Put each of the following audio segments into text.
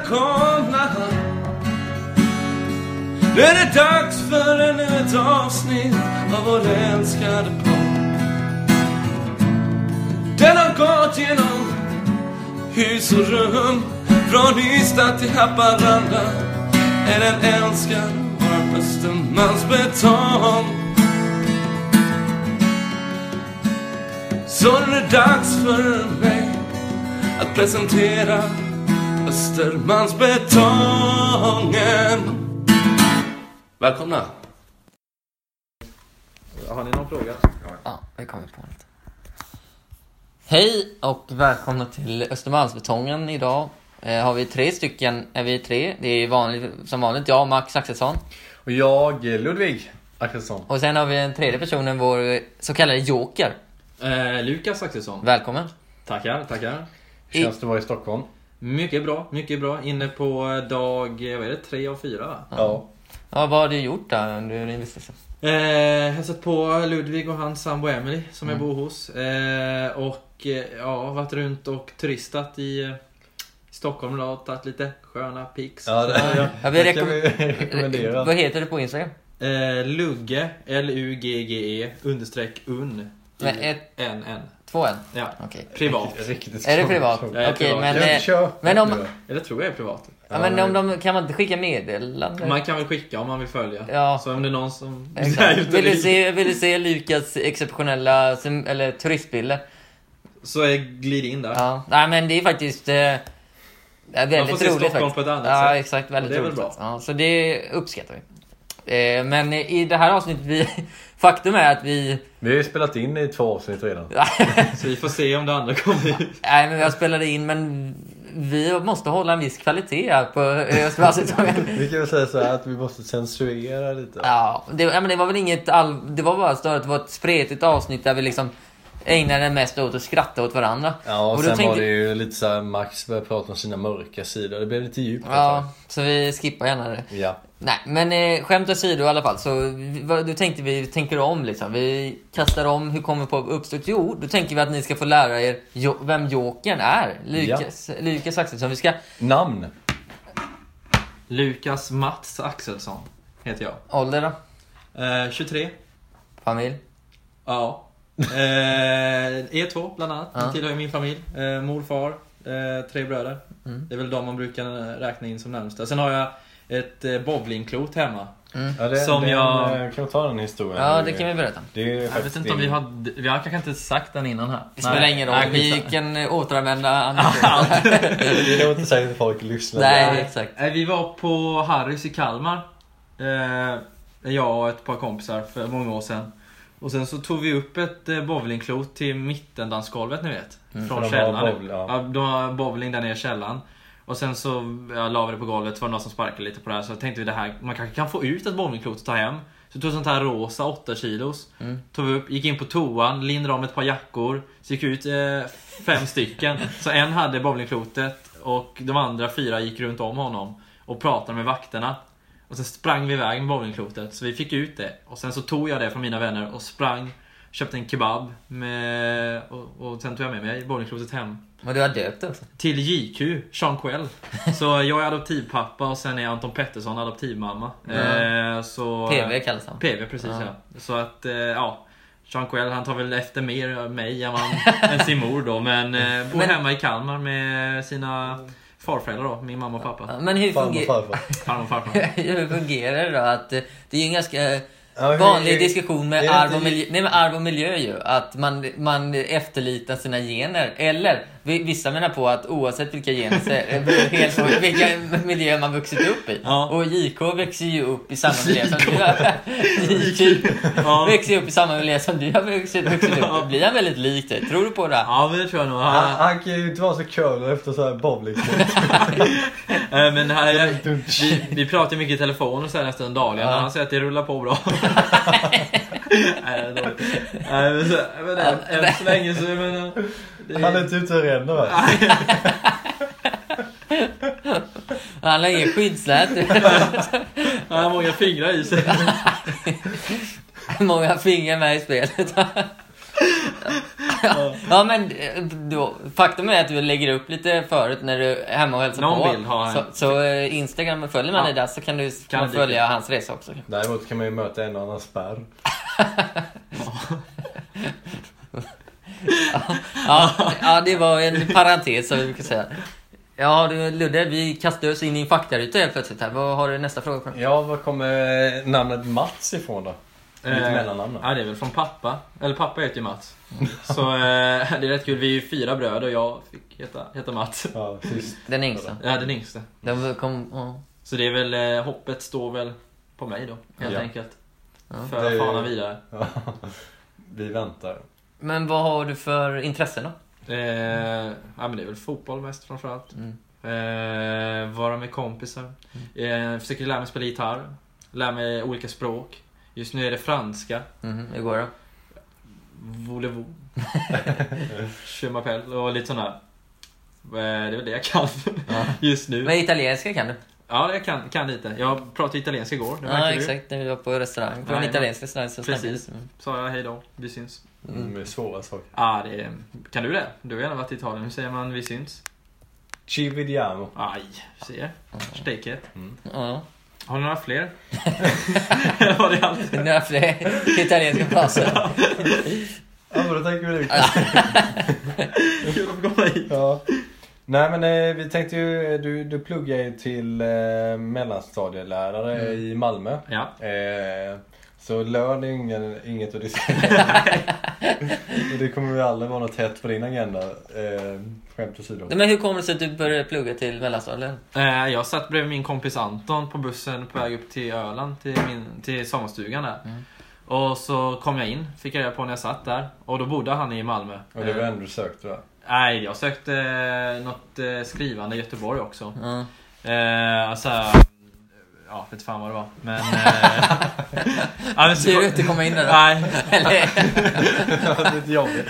välkomna. Nu är det dags för ännu ett avsnitt av vår älskade podd. Den har gått genom hus och rum, från Ystad till Haparanda. Är den älskad vår Östermalmsbetong. Så är det dags för mig att presentera Östermalmsbetongen. Välkomna. Har ni någon fråga? Ja, vi kommer på lite. Hej och välkomna till Östermalmsbetongen. Idag har vi tre stycken. Är vi tre? Det är som vanligt jag, Max Axelsson. Och jag, Ludvig Axelsson. Och sen har vi en tredje personen, vår så kallade joker. Lukas Axelsson. Välkommen. Tackar. Känns det vara i Stockholm? Mycket bra. Inne på dag, vad är det, 3 av 4 va? Ja. Ja, vad har du gjort där under din vistelse? Hälsat på Ludvig och hans sambo Emily som jag bor hos. Varit runt och turistat i Stockholm och tagit lite sköna pics. Ja, det kan vi rekommendera. Vad heter du på Instagram? Lugge, Lugge _un. Med N. 2 N? Ja, okej. privat. Är det privat? Ja, Okej, privat. men om... Eller tror jag är privat. Ja, men om de kan man inte skicka meddelanden? Man kan väl skicka om man vill följa. Ja. Så om det är någon som vill du se Lukas exceptionella eller turistbilder? Så glid in där. Ja. Nej, men det är faktiskt det är väldigt man får se roligt Stockholm faktiskt. på ett annat ja, sätt. exakt, väldigt det är roligt. väl bra. Ja, så det uppskattar vi. Men i det här avsnittet faktum är att vi har ju spelat in i 2 avsnitt redan. Så vi får se om det andra kommer ut. Nej, men vi har spelat in, men vi måste hålla en viss kvalitet här på Östermalmsbetongen. Vi kan väl säga så här att vi måste censurera lite. Ja, men det var väl inget det var bara så att det var ett spretigt avsnitt där vi liksom ägnade mest åt att skratta åt varandra. Ja, och sen var det ju lite så här, Max började prata om sina mörka sidor. Det blev lite djupt. Ja, så vi skippar gärna det. Ja. Nej, men skämt åsido i alla fall. Så då tänkte vi tänker om liksom. Vi kastar om hur kommer på uppstått. Jo, då tänker vi att ni ska få lära er vem jokern är. Lukas Axelsson. Vi ska... Namn. Lukas Mats Axelsson heter jag. Ålder då? 23. Familj? Ja. E2 bland annat. Det tillhör min familj. Mor, far, 3 bröder. Det är väl de man brukar räkna in som närmsta. Sen har jag ett bowlingklot hemma. Ja, kan vi ta den historien? Ja, det kan vi berätta. Jag vet inte om vi har kanske inte sagt den innan här. Det spelar ingen roll. Vi kan återanvända det låter säkert att folk lyssnar. Nej, exakt. Vi var på Harrys i Kalmar. Jag och ett par kompisar för många år sedan. Och sen så tog vi upp ett bowlingklot till mittendansgolvet, ni vet. Från källaren. De har bowling där nere i källaren. Och sen så la vi det på golvet, för någon som sparkade lite på det här. Så tänkte vi det här, man kanske kan få ut ett bowlingklot och ta hem. Så tog sånt här rosa 8 kilos. Tog vi upp, gick in på toan, lindade om ett par jackor. Så gick ut 5 stycken. Så en hade bowlingklotet och de andra 4 gick runt om honom och pratade med vakterna. Och sen sprang vi iväg med bowlingklotet. Så vi fick ut det. Och sen så tog jag det från mina vänner och sprang, köpte en kebab och sen tog jag med mig bowlingklotet hem. Men du har döpt också? Till JQ, Sean Quell. Så jag är adoptivpappa och sen är Anton Pettersson adoptivmamma. Så PV kallas han. PV, precis ja. Så att, Sean Quell, han tar väl efter mer mig än sin mor då. Men bor hemma i Kalmar med sina farföräldrar då, min mamma och pappa. Men hur hur fungerar det då? Att det är ju en ganska vanlig diskussion med arv och miljö ju. Att man efterlitar sina gener. Eller vissa menar på att oavsett vilka gener så är det helt på vilka miljö man vuxit upp i. Ja. Och JK växer ju upp i samma miljö som du har. Växer ju upp i samma miljö som du har vuxit upp. Då blir han väldigt likt dig. Tror du på det? Ja, men det tror jag nog. Han kan ju inte vara så curler efter så här bowling. Men vi pratar mycket i telefon och så här nästan dagligen. Han säger att det rullar på bra. Men än så länge så han är inte ute och ränner, va? Han har ingen skyddsnät. Han har många fingrar i sig. Många fingrar med i spelet. Ja, men då, faktum är att du lägger upp lite förut när du är hemma och hälsar Någon på. bild har han. Så Instagram, följer man dig där så kan du följa hans resa också. Däremot kan man ju möta en annan spärr. Ja, det var en parentes som vi brukar säga. Ja, Ludde, vi kastar oss in i en faktaruta helt plötsligt här. Vad har du nästa fråga på? Ja, vad kommer namnet Mats ifrån då? Lite mellannamn. Ja, det är väl från pappa. Eller pappa heter ju Mats. Så det är rätt kul. Vi är ju 4 bröder och jag fick heta Mats. Ja, sist. Den yngsta. Ja, den yngsta. Så det är väl, hoppet står väl på mig då, helt enkelt. För fanan vidare. Ja. Vi väntar. Men vad har du för intressen då? Ja, men det är väl fotboll mest framförallt. Vara med kompisar. Försöker lära mig spela gitarr. Lära mig olika språk. Just nu är det franska. Hur går det? Voulez-vous. Je m'appelle. Och lite sådana. Det är väl det jag kan just nu. Men italienska kan du? Ja, jag kan lite. Jag pratade italienska igår. Ja, exakt. När vi var på restaurang. På en italiensk restaurang så precis. Sa jag hej då. Vi syns. Det är svåra saker. Ja, kan du det? Du har gärna varit i Italien. Hur säger man vi syns? Ci vediamo. Aj, ser. Steket. Ja. Har du några fler? Eller var det allt? Några fler italienska fraser. Ja, men då tänker vi det. Kul att få komma hit. Ja. Nej, men vi tänkte ju, du pluggar ju till mellanstadielärare i Malmö. Ja. Så lön är inget att diskutera. Och det kommer väl aldrig vara något hett på din agenda. Skämt åsido. Men hur kommer det sig att du började plugga till mellanstadiet? Jag satt bredvid min kompis Anton på bussen på väg upp till Öland, till sommarstugan där. Och så kom jag in, fick jag reda på när jag satt där. Och då bodde han i Malmö. Och det var ändå du sökte va? Nej, jag sökte något skrivande i Göteborg också. Alltså, ja, vet fan vad det var. Men ser du inte komma in där? Nej. Eller det är lite jobbigt.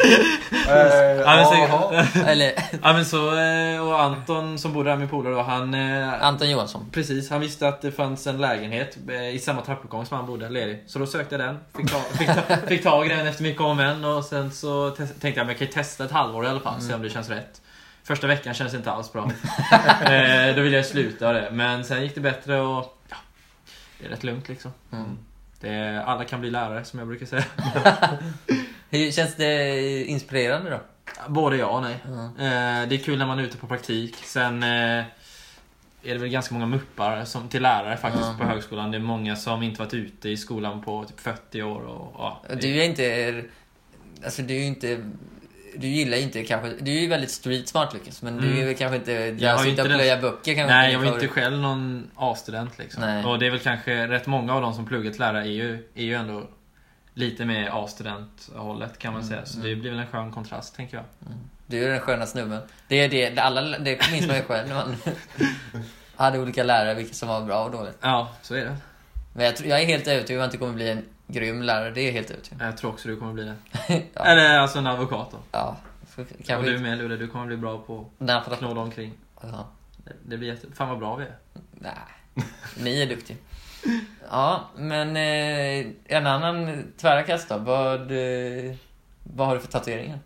Men så och Anton som bodde där med polare då, han Anton Johansson. Precis, han visste att det fanns en lägenhet i samma trappuppgång som han bodde ledig. Så då sökte jag den. Fick tag i den efter mycket om en. Och sen så tänkte jag att jag kan testa ett halvår i alla fall. Se om det känns rätt. Första veckan känns inte alls bra. Då ville jag sluta det. Men sen gick det bättre och ja, det är rätt lugnt liksom. Alla kan bli lärare som jag brukar säga. Hur känns det inspirerande då? Både ja och nej. Det är kul när man är ute på praktik. Sen är det väl ganska många muppar som till lärare faktiskt på högskolan. Det är många som inte varit ute i skolan på typ 40 år. Och, ja, du är inte... Alltså du är ju inte... Du gillar inte kanske... Du är ju väldigt street smart Lucas. Men du är väl kanske inte... Jag sitter och plöja böcker kanske. Nej, jag är inte själv någon A-student liksom. Nej. Och det är väl kanske rätt många av dem som pluggat till lärare är ju ändå lite mer A-student-hållet kan man säga. Så det blir väl en skön kontrast tänker jag. Du är den sköna snubben. Det minns man ju själv när man hade olika lärare vilka som var bra och dåligt. Ja, så är det. Men jag är helt övertygad om att du kommer bli en grym lärare. Det är helt övertygad. Jag tror också du kommer bli det. Ja. Eller alltså en advokat då. Ja. Och du med Ludde, du kommer bli bra på att knåda omkring. Ja. Det blir fan vad bra vi är. Nej, ni är duktiga. Ja, men en annan tvära kast då. Vad har du för tatueringar?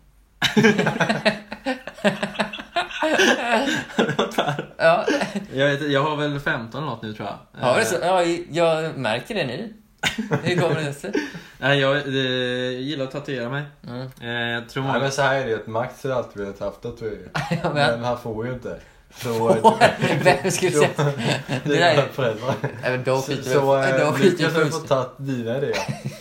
Ja. Jag har väl 15 eller något nu tror jag. Har du så? Ja, jag märker det nu. Hur kommer det sig? Nej, jag gillar att tatuera mig. Jag tror men så här är det att Max har alltid velat haft tatueringar. Men han får ju inte. Så vem skulle säga? Det är föräldrar. Då skiter jag får ta dina idéer.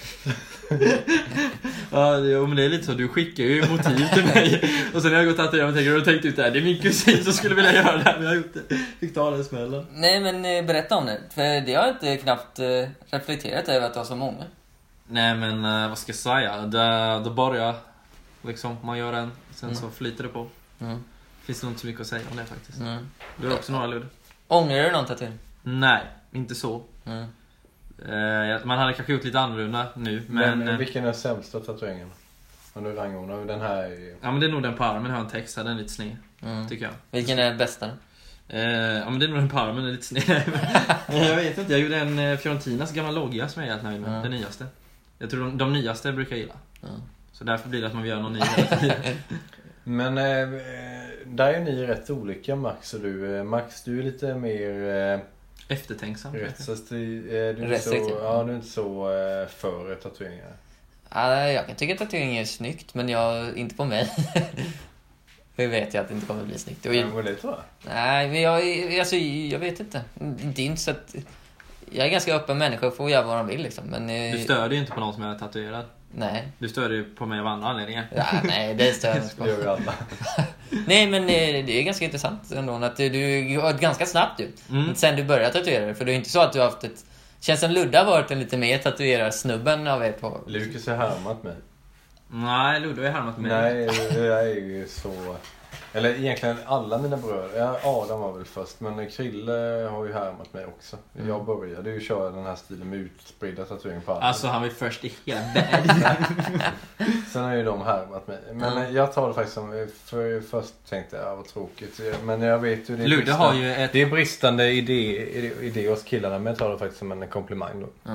Ja, men det är lite så. Du skickar ju motiv till mig. Och sen när jag gått att jag tänkt ut det här. Det är min kusin som skulle vilja göra det här. Men jag har gjort det. Fick ta den smällen. Nej, men berätta om det. För det har jag inte knappt reflekterat över att det var så många. Nej, men vad ska jag säga? Det börjar liksom. Man gör en. Sen så flyter det på. Finns det nog inte så mycket att säga om det faktiskt. Du har också några Ludde. Ångrar du någon tatuering? Nej, inte så. Man hade kanske gjort lite annorlunda nu. Men vilken är sämsta tatueringen? Om du rangordnar den här är... Ja, men det är nog den på armen. Har en text här, den är lite sned. Tycker jag. Vilken är bästa? Ja, men det är nog den på armen, den är lite sned. Jag vet inte, jag gjorde en Fiorentinas gamla logga som jag är helt nöjd med. Den nyaste. Jag tror de nyaste brukar jag gilla. Så därför blir det att man vill göra någon ny hela tiden. Men där är ni rätt olika, Max och du. Max, du är lite mer eftertänksam. Du är inte så för tatueringar. Jag kan tycka att tatueringar är snyggt, men inte på mig. Jag vet att det inte kommer bli snyggt. Vad det tror jag? Nej, men jag vet inte. Det är inte så att jag är ganska öppen människa och får göra vad de vill liksom. Men du stör ju inte på någon som är tatuerad. Nej. Du stör ju på mig av andra anledningar. Ja, nej, det stör inte på. Det gör vi alla. Nej, men det är ganska intressant ändå att du har ganska snabbt sen du började tatuera dig. För det är inte så att du har haft ett... Känns som Ludde har varit en lite mer tatuerad snubben av er på... Lukas har härmat mig. Nej, Ludde har härmat mig. Nej, jag är ju så... Eller egentligen alla mina bröder. Adam var väl först, men Krille har ju härmat mig också. Jag började ju köra den här stilen med utspridda tatueringar på alla. Alltså han var ju först i hela världen. Sen har ju de härmat mig. Men jag tar det faktiskt som... För först tänkte jag, vad tråkigt. Men jag vet ju... Ludde har ju ett... Det är bristande idé hos killarna, men jag tar det faktiskt som en komplimang då.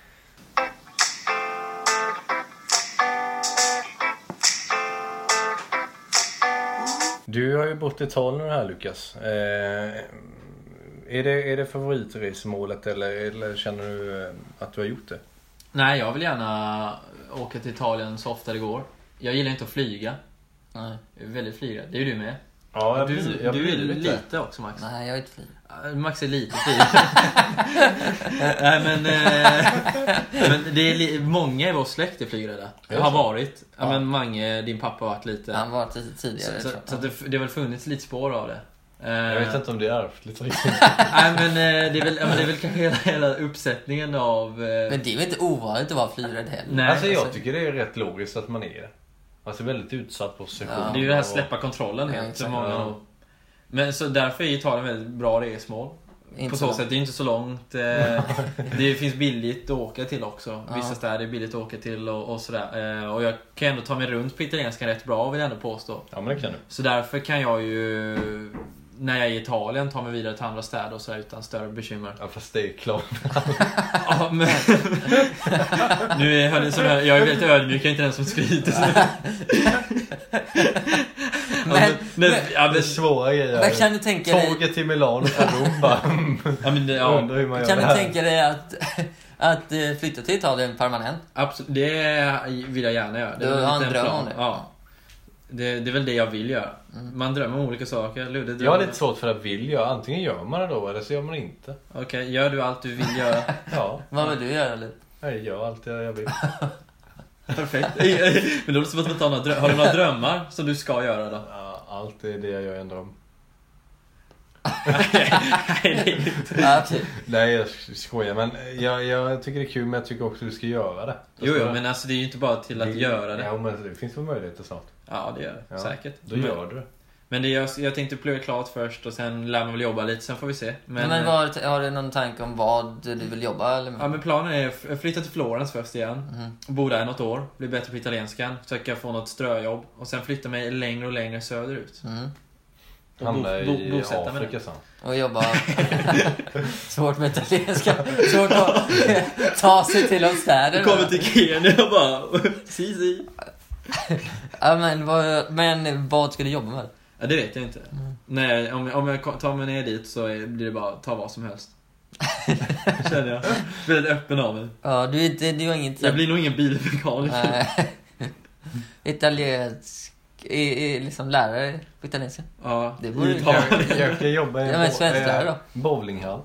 Du har ju bott i Italien här, Lukas. Är det favoritresmålet eller känner du att du har gjort det? Nej, jag vill gärna åka till Italien så ofta det går. Jag gillar inte att flyga. Nej. Jag är väldigt flygrädd. Det är du med. Ja, du är lite också, Max. Nej, jag är inte flyg. Max är lite flygrädd. Nej, men det är många i vår släkt är flygrädda. Jag har varit. Ja. Men Mange, din pappa har varit lite. Han var lite tidigare. Så det har väl funnits lite spår av det. Jag vet inte om det är ärftligt riktigt. Nej, men det är väl kanske hela uppsättningen av... Men det är väl inte ovanligt att vara flygrädd heller? Nej, alltså jag tycker det är rätt logiskt att man är det. Alltså väldigt utsatt position. Ja. Det är ju det här släppa kontrollen helt. Ja, många. Ja. Men så därför är Italien väldigt bra resmål. På så sätt, det är inte så långt. Det finns billigt att åka till också. Vissa städer är billigt att åka till och sådär. Och jag kan ändå ta mig runt på italienska rätt bra, vill jag ändå påstå. Ja, men det kan du. Så därför kan jag ju, när jag är i Italien, ta mig vidare till andra städer och så utan större bekymmer. Ja, fast det är klart. Ja, men... Nu är jag är väldigt ödmjuk, jag är inte den som skryter. Men det är svåra grejer. Men kan du tänka dig... Tåget till Milano från Rom bara. Undrar hur man gör kan det du här. tänka dig att flytta till Italien permanent? Absolut, det vill jag gärna göra. Du har en dröm om det? Ja. Det är väl det jag vill göra. Man drömmer om olika saker. Jag har lite svårt för att vill göra. Antingen gör man det då eller så gör man inte. Okej, gör du allt du vill göra? Ja. Vad vill du göra, Liv? Jag gör allt jag vill. Perfekt. Men då måste man ta har du några drömmar som du ska göra då? Ja, allt är det jag gör en dröm. Nej, jag skojar. Men jag tycker det är kul, men jag tycker också att du ska göra det. Jo, men alltså det är ju inte bara till att göra det. Ja, men det finns väl möjligheter snart. Ja, det gör det. Säkert. Då gör du det. Men jag tänkte plugga klart först och sen lär man väl jobba lite, sen får vi se. Men har du någon tanke om vad du vill jobba eller? Ja, men planen är att flytta till Florens först igen. Bo där något år, bli bättre på italienskan, försöka få något ströjobb och sen flytta mig längre och längre söderut. Och hamna i Afrika sen. Och jobba svårt med italienska. Svårt att ta sig till de städer. Du kommer till Kenya och bara si. Ja, men vad ska du jobba med? Ja, det vet jag inte. Nej, om jag tar mig ner dit så blir det bara ta vad som helst. Känner jag. Väldigt öppen av mig. Ja, du har inget... Jag blir nog ingen bilmekaniker. Italiensk liksom lärare på italienska. Ja, det borde jag ska jobba i en bowlinghall.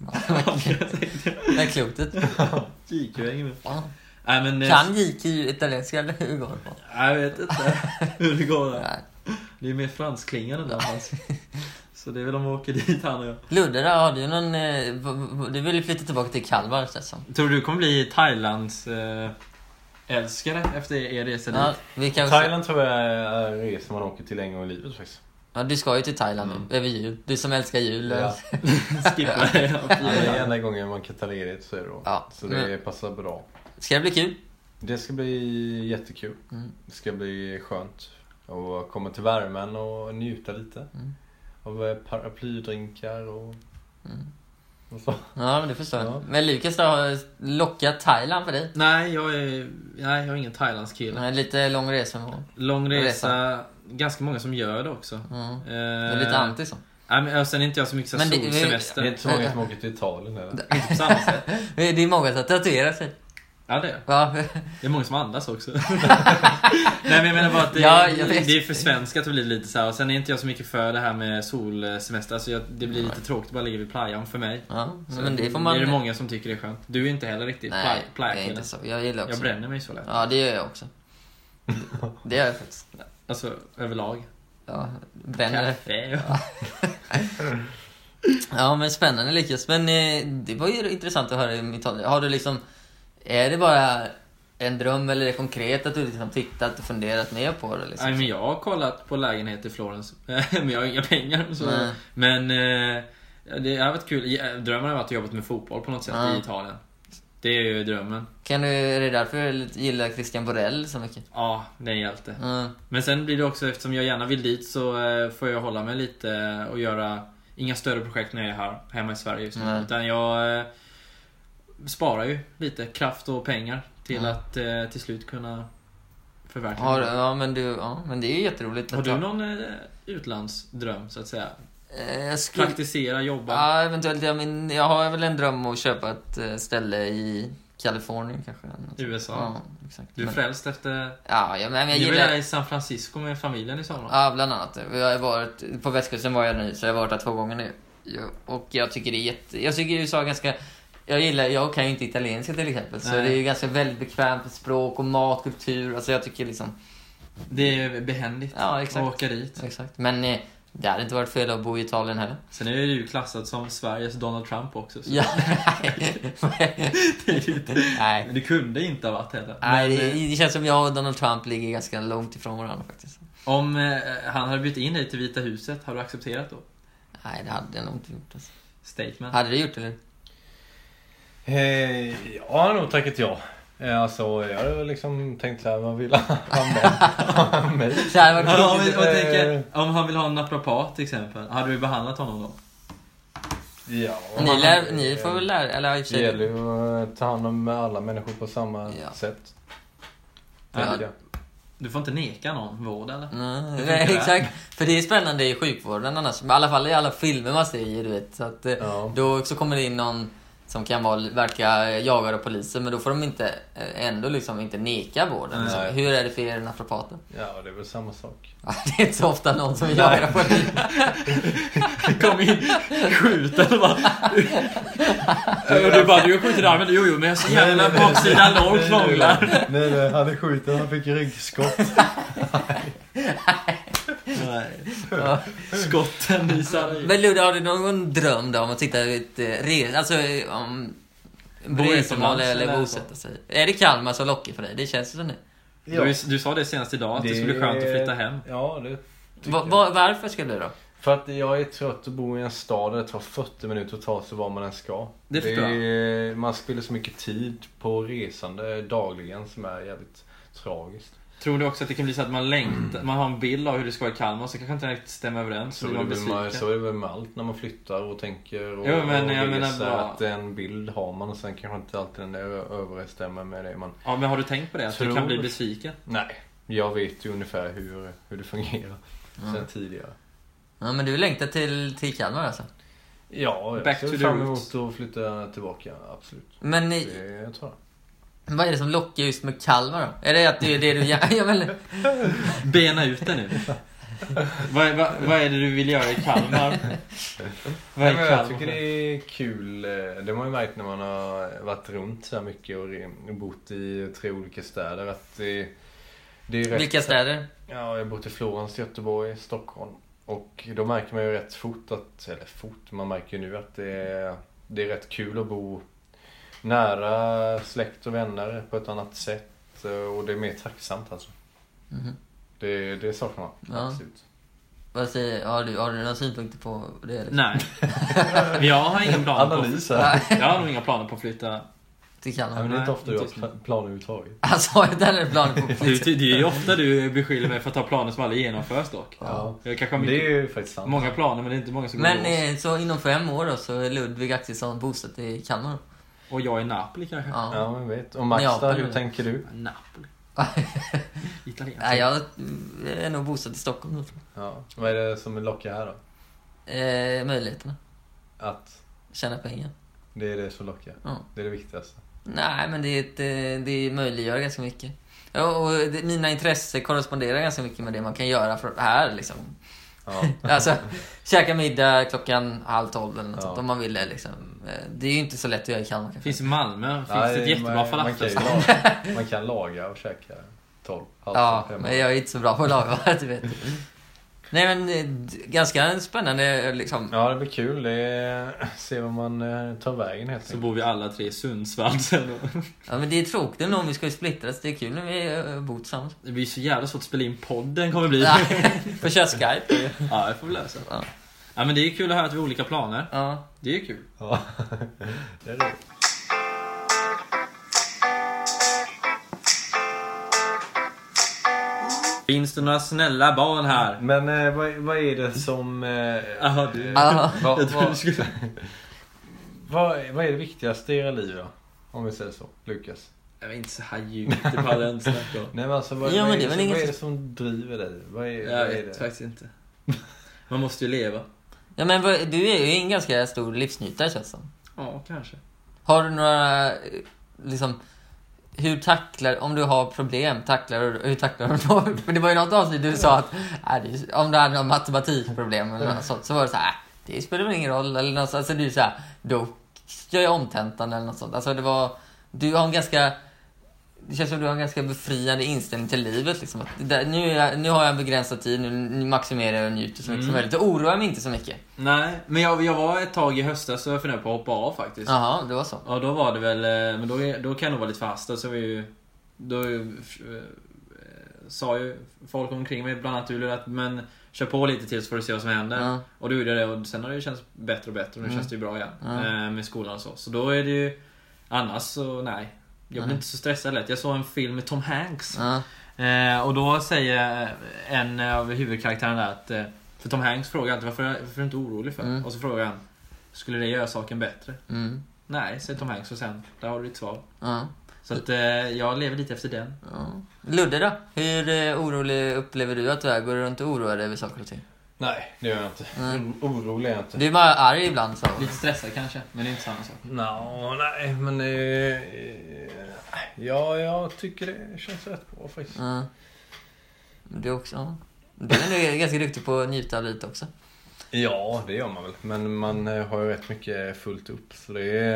Med klotet. JQ. Kan JQ italienska eller hur går det på? Jag vet inte hur det går där. Det är mer fransklingande där. Så det är väl om man åker dit han och jag. Ludde där, har du någon... Du vill ju flytta tillbaka till Kalmar så. Tror du kommer bli Thailands älskare efter er resa dit? Thailand tror jag är en resa man åker till en gång i livet faktiskt. Ja, du ska ju till Thailand nu, över jul. Du som älskar jul. Ja. Skippa det. Det är enda gången man kan ta ledigt så är det då. Ja. Så det passar bra. Ska det bli kul? Det ska bli jättekul. Det ska bli skönt. Och komma till värmen och njuta lite. Av paraplydrinkar och... Och så. Ja, men det förstår jag. Ja. Men Lukas har lockat Thailand för dig? Nej, jag är ingen Thailandskille. Nej, lite lång resa. Lång resa. Ganska många som gör det också. Det är lite anti så. Nej, men sen är inte jag så mycket solsemester. Det är inte så många som åker till Italien eller? Inte på samma sätt. Det är många som tatuerar sig. Ja, det är. Ja. Det är många som andas också. Nej, men jag menar bara att det är för svenska att det blir lite så här. Och sen är inte jag så mycket för det här med solsemester. Alltså det blir lite tråkigt att bara ligga vid playan för mig. Ja, men det får man... Det är det många som tycker det är skönt. Du är inte heller riktigt Nej, playa. det är inte så. Jag gillar också. Jag bränner mig så lätt. Ja, det gör jag också. Det gör jag faktiskt. Alltså, överlag. Ja, bränner. Kaffe. Ja, men spännande Lukas. Men det var ju intressant att höra i Italien. Har du liksom... Är det bara en dröm eller är det konkret att du liksom tittat och funderat mer på det? Liksom? Nej, men jag har kollat på lägenhet i Florens. Men jag har inga pengar. Så. Men det har varit kul. Drömmen har varit att jobba med fotboll på något sätt i Italien. Det är ju drömmen. Är det därför du gillar Christian Borrell så mycket? Ja, det är en hjälte. Men sen blir det också, eftersom jag gärna vill dit, så får jag hålla mig lite och göra inga större projekt när jag är här hemma i Sverige just nu. Utan jag sparar ju lite kraft och pengar till att till slut kunna förverkliga. Ja, men det är ju jätteroligt. Har du någon utlandsdröm så att säga? Praktisera, jobba? Ja, eventuellt. Jag har väl en dröm att köpa ett ställe i Kalifornien kanske. USA? Ja, exakt. Du är frälst efter... Ja, men jag gillar... gillar... Ni var i San Francisco med familjen i sommar? Ja, bland annat. Jag har varit... På västkusten var jag nu, så jag har varit där 2 gånger nu. Och jag tycker det är Jag tycker USA är ganska... Jag kan ju inte italienska till exempel. Så det är ju ganska väldigt bekvämt med språk och mat, kultur. Alltså jag tycker liksom... Det är behändigt att åka dit. Exakt. Men det hade inte varit fel att bo i Italien heller. Sen är det ju klassat som Sveriges Donald Trump också. Så. Ja. Nej. Men det kunde inte ha varit heller. Nej, det känns som jag och Donald Trump ligger ganska långt ifrån varandra faktiskt. Om han hade bytt in dig till Vita huset, har du accepterat då? Nej, det hade jag nog inte gjort. Alltså. Statement. Hade du gjort eller? Jag har nog tackat ja. Alltså, jag hade liksom tänkt såhär, man vill ha med. Så här var om han vill ha en naprapat till exempel, hade du behandlat honom då? Ja. Ni får väl lära, eller det gäller ju att ta hand om alla människor på samma sätt. Du får inte neka någon vård eller? Nej, exakt. För det är spännande i sjukvården annars. I alla fall i alla filmer man ser, du vet. Så att då så kommer det in någon som kan verka jagad av polisen, men då får de inte ändå liksom inte neka vården. Liksom. Hur är det för er naprapater? Ja, det är väl samma sak. Det är inte så ofta någon som jagar av polisen. Kom in, skjuter och bara... Du bara, du skjuter armen. Jo, men jag så jävla baksidan långt långlar. Nej, han är skjuten, han fick ryggskott. Nej. Skotten visar. Men Ludde, har du någon dröm då om att sitta alltså om bosätta eller bosätta sig? Är det Kalmar som lockar för dig? Det känns ju som det. Ja. Du sa det senast idag att det skulle bli skönt att flytta hem. Ja, det varför skulle du då? För att jag är trött att bo i en stad där det tar 40 minuter att ta sig var man än ska. Man spiller så mycket tid på resande dagligen som är jävligt tragiskt. Tror du också att det kan bli så att man längtar, man har en bild av hur det ska vara i Kalmar, så kanske inte riktigt stämma överens. Så är det väl med allt när man flyttar och tänker och, men jag reser, menar att en bild har man och sen kanske inte alltid den överensstämmer med det man... Ja, men har du tänkt på det? Att du kan bli besviken? Nej, jag vet ju ungefär hur det fungerar sen tidigare. Ja, men du längtar till Kalmar alltså? Ja, jag ser fram emot att flytta tillbaka, absolut. Men jag tror det. Vad är det som lockar just med Kalmar då? Är det att det är det du gör? Bena ut det nu. Vad är det du vill göra i Kalmar? Jag tycker det är kul. Det har man ju märkt när man har varit runt så här mycket och bott i 3 olika städer. Att det är rätt. Vilka städer? Ja, jag har bott i Florens, Göteborg, Stockholm. Och då märker man ju rätt man märker ju nu att det är rätt kul att bo nära släkt och vänner på ett annat sätt. Och det är mer tacksamt alltså. Det saknar man, absolut. Vad säger, har du några synpunkter på det? Liksom? Nej. Jag har ingen plan Analys här. Jag har nog inga planer på att flytta till Kalmar. Men det är inte ofta du har planer överhuvudtaget. Alltså, den är planer på flytt. Det är ju ofta du beskyller mig för att ta planer som aldrig genomförs dock. Ja. Jag kanske har Det är ju faktiskt sant. många planer, men det är inte många som går Men så inom 5 år då, så är Ludvig Axelsson bosatt i Kalmar. Och jag i Napoli kanske. Ja, men vet. Och Max då, hur tänker du? Napoli. Italiensk. Nej, jag är nog bosatt i Stockholm då. Ja. Vad är det som lockar här då? Möjligheterna. Att Tjäna pengar. det är det som lockar. Ja. Det är det viktigaste. Nej, men det möjliggör ganska mycket. Och mina intressen korresponderar ganska mycket med det man kan göra för här liksom. Ja. Alltså, käka middag 11:30 eller något sånt, om man vill det liksom. Det är ju inte så lätt att göra i Kalmar kanske. Finns i Malmö. Finns det ett jättebra falafel. Man kan laga och käka 12. Ja, men jag är inte så bra på att laga, du vet. Nej, men ganska spännande liksom. Ja, det blir kul. Se vad man tar vägen helt Så enkelt. bor vi alla 3 i Sundsvall sen. Ja, men det är tråkigt ändå om vi ska ju splittras. Det är kul när vi bor tillsammans. Det blir så jävla svårt att spela in podden kommer bli. Får köra Skype. Ja, det får vi lösa. Ja, men det är kul att höra att vi har olika planer. Ja. Det är kul. Ja, det är det. Finns det några snälla barn här? Men vad är det som... Jaha, du. Vad är det viktigaste i era liv då? Om vi säger så, Lukas. Jag är inte så här djupt i pallen snacka om. Nej, men alltså, vad är det som driver dig? Jag vet faktiskt inte. Man måste ju leva. Ja, men du är ju en ganska stor livsnjutare, känns som. Ja, kanske. Har du några liksom, hur tacklar, om du har problem, hur tacklar du då? För det var ju något avsnitt du sa att om du hade någon matematikproblem eller något sånt, så var det så här, det spelar väl ingen roll eller något sånt. Alltså du så här, då gör jag omtentan eller något sånt. Alltså det var, du har en ganska, det känns som du har en ganska befriande inställning till livet liksom. Nu har jag en begränsad tid, nu maximerar jag och njuter så mycket som möjligt. Det oroar mig inte så mycket. Nej, men jag var ett tag i höstas så jag funderade på att hoppa av faktiskt. Jaha, det var så. Ja, då var det väl, men då kan jag nog vara lite fast. Så då sa ju folk omkring mig, bland annat du, att men kör på lite till så får du se vad som händer. Och då gjorde jag det och sen har det känts bättre och bättre och nu känns det ju bra igen med skolan och så. Så då är det ju, annars så nej. Jag blir inte så stressad lätt. Jag såg en film med Tom Hanks. Och då säger en av huvudkaraktärerna där att för Tom Hanks frågar alltid varför är du inte orolig för? Och så frågar han, skulle det göra saken bättre? Nej, säger Tom Hanks och sen, där har du ditt svar. Så att jag lever lite efter den. Ludde då? Hur orolig upplever du att du är? Går du runt och oroar dig över saker och ting? Nej, det gör jag inte. Orolig är jag inte. Du är bara arg ibland så. Lite stressad kanske, men det är inte samma sak. Nej, men jag tycker det känns rätt bra faktiskt. Du också. Du är nog ganska duktig på att njuta av lite också. Ja, det gör man väl. Men man har ju rätt mycket fullt upp. Så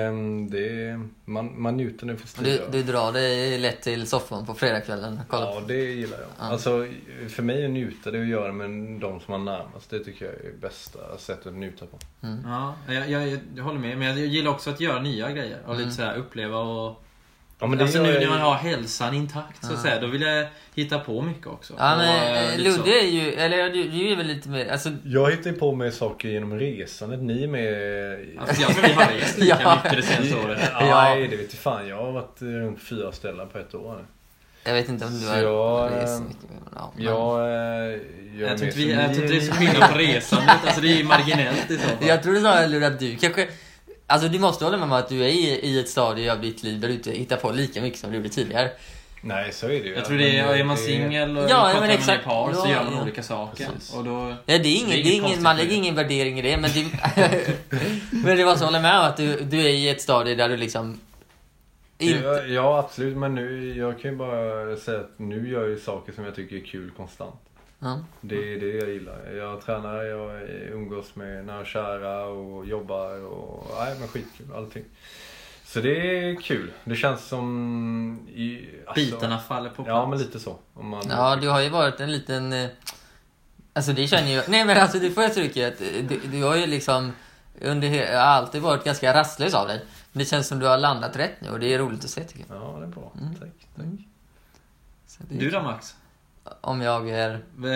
man njuter nu för studier. Du drar dig lätt till soffan på fredagskvällen. Ja, det gillar jag. Alltså, för mig att njuta, det är att göra med de som man närmast. Det tycker jag är bästa sättet att njuta på. Ja, jag håller med. Men jag gillar också att göra nya grejer. Och lite så här uppleva och... Ja, men det alltså nu när man har hälsan intakt så att säga, då vill jag hitta på mycket också. Ja, men Ludde är ju, eller du är väl lite mer, alltså... Jag hittar på med saker genom resandet. Ni är med... Alltså, jag tror vi har rest lika mycket det senaste året. Nej, det vet jag fan. Jag har varit runt 4 ställen på ett år. Jag vet inte om du har rest mycket. Jag tror inte det är så skillnad på resandet. Alltså det är ju marginellt i så fall. Jag tror det snarare, Ludde, att du kanske... Alltså du måste hålla med mig att du är i ett stadie av ditt liv där du inte hittar på lika mycket som du gjorde tidigare. Nej, så är det ju. Jag tror det är man singel och men exakt. Par så gör man olika saker. Och då, det är ingen man lägger ingen värdering i det, men men det var så, hålla med att du är i ett stadie där du liksom inte... Ja, absolut, men nu jag kan ju bara säga att nu gör jag saker som jag tycker är kul konstant. Det är det jag gillar. Jag tränar, jag umgås med nära och kära och jobbar och men skitkul, allting. Så det är kul. Det känns som bitarna faller på plats. Ja, men lite så. Du har ju varit en liten... Alltså det känner jag... Nej, men alltså det får jag trycka att du har ju liksom har alltid varit ganska rastlös av dig. Men det känns som du har landat rätt nu och det är roligt att se, tycker jag. Ja, det är bra. Tack. Du då, Max? Om jag är...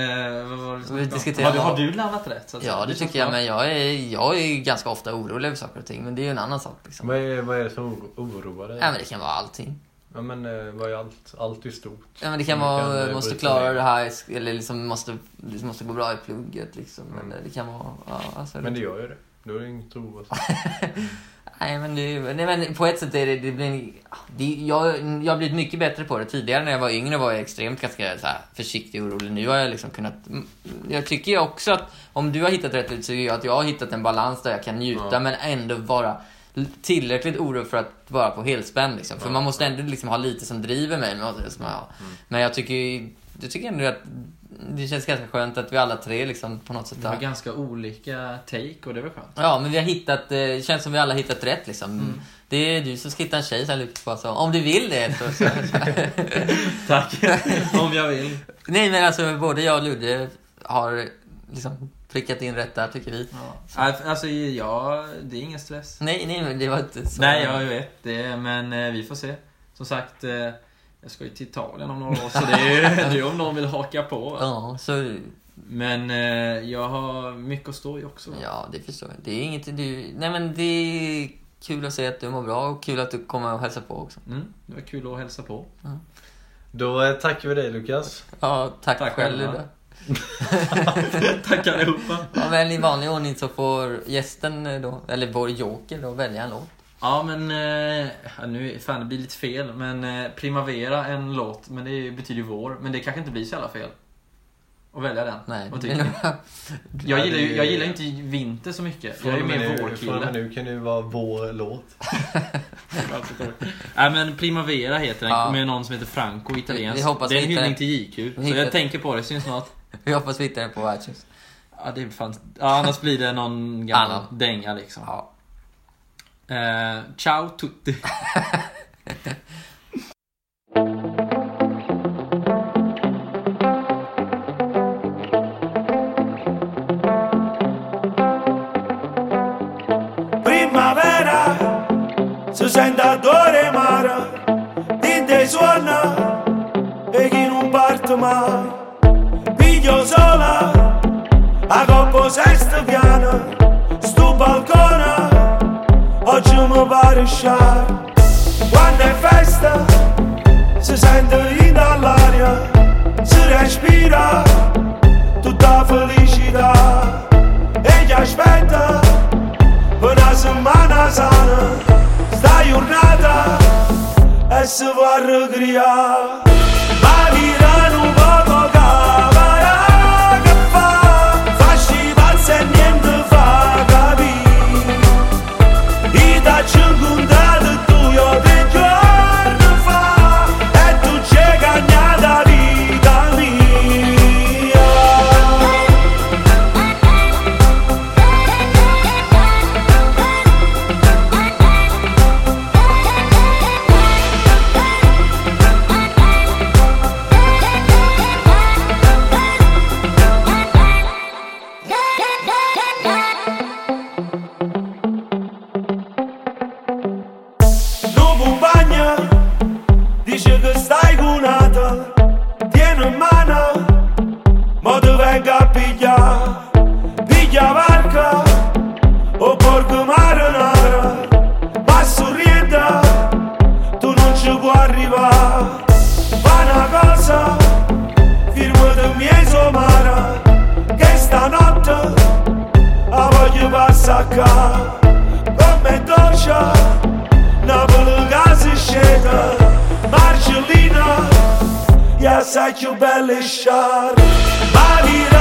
Har du landat rätt? Så ja, det tycker jag. Men jag är ganska ofta orolig över saker och ting. Men det är ju en annan sak. Liksom. Vad är det som oroar dig? Ja, men det kan vara allting. Ja, men vad är allt är stort? Ja, men det kan vara... måste klara det här. Eller liksom måste gå bra i plugget. Liksom. Eller det kan vara... Ja, alltså, men det gör ju det. Då är det inget oro. Nej, men på ett sätt är jag har blivit mycket bättre på det. Tidigare när jag var yngre var jag extremt ganska så här försiktig och orolig. Nu har jag liksom kunnat... Jag tycker ju också att om du har hittat rätt ut så är jag att jag har hittat en balans där jag kan njuta men ändå vara tillräckligt oro för att vara på helspänn liksom. För man måste ändå liksom ha lite som driver mig med det som jag har. Men jag tycker ändå att det känns ganska skönt att vi alla tre liksom på något sätt har ganska olika take och det är väl skönt. Ja, men vi har hittat, det känns som vi alla har hittat rätt liksom. Det är du som ska hitta en tjej sen på så. Om du vill det så. Tack. Om jag vill. Nej, men alltså både jag och Ludde har liksom prickat in rätt där tycker vi. Ja. Alltså det är ingen stress. Nej, men det var inte så. Nej, jag vet det, men vi får se. Som sagt, jag ska ju till Italien om några år så det är om någon vill haka på. Ja, så... Men jag har mycket att stå i också. Ja, det förstår jag. Det är inget nej, men det är kul att se att du mår bra och kul att du kommer och hälsa på också. Det var kul att hälsa på. Då tackar vi dig, Lukas. Ja, tack själv. Tack allihopa. Ja, men i vanlig ordning så får gästen då, eller vår joker då, välja en låt. Ja, men nu fan det blir lite fel, men Primavera en låt, men det betyder vår, men det kanske inte blir så jävla fel att välja den. Nej. Jag gillar inte vinter så mycket. Jag är ju mer vårkille. Nu kan det vara vår låt. Nej, men Primavera heter den med någon som heter Franco, italiensk. Det är en hyllning till JQ. Så jag tänker på det, syns snart. Vi hoppas vi hittar den på iTunes. Ja, det är fan. Ja, annars blir det någon gammal dänga liksom. Ja. Ciao tutti. Primavera si sente odore mare, dinte suona e chi non parte mai. Piglio sola a coppo sesto piano, sto balcone oggi mi pare sciare. Quando è festa si sente in dall'aria, si respira tutta felicità e chi aspetta per una settimana sana sta giornata e si va a ricreare. Ma virano un poco cavara che fa, fasci pazzi e niente fa capire. I tacci incontrati tu io te giorni fa e tu c'è cagnata vita mia. Dice che stai cunata, tieni in mano, ma ti venga a pigliare. Piglia barca, o porco marinara, ma sorrienda, tu non ci puoi arrivare. Fa una cosa, firmati il mio somara, che stanotte la voglio passare qua. Come doccia, Napoli casa sceta, Marcellina, ja sai più belle sciar.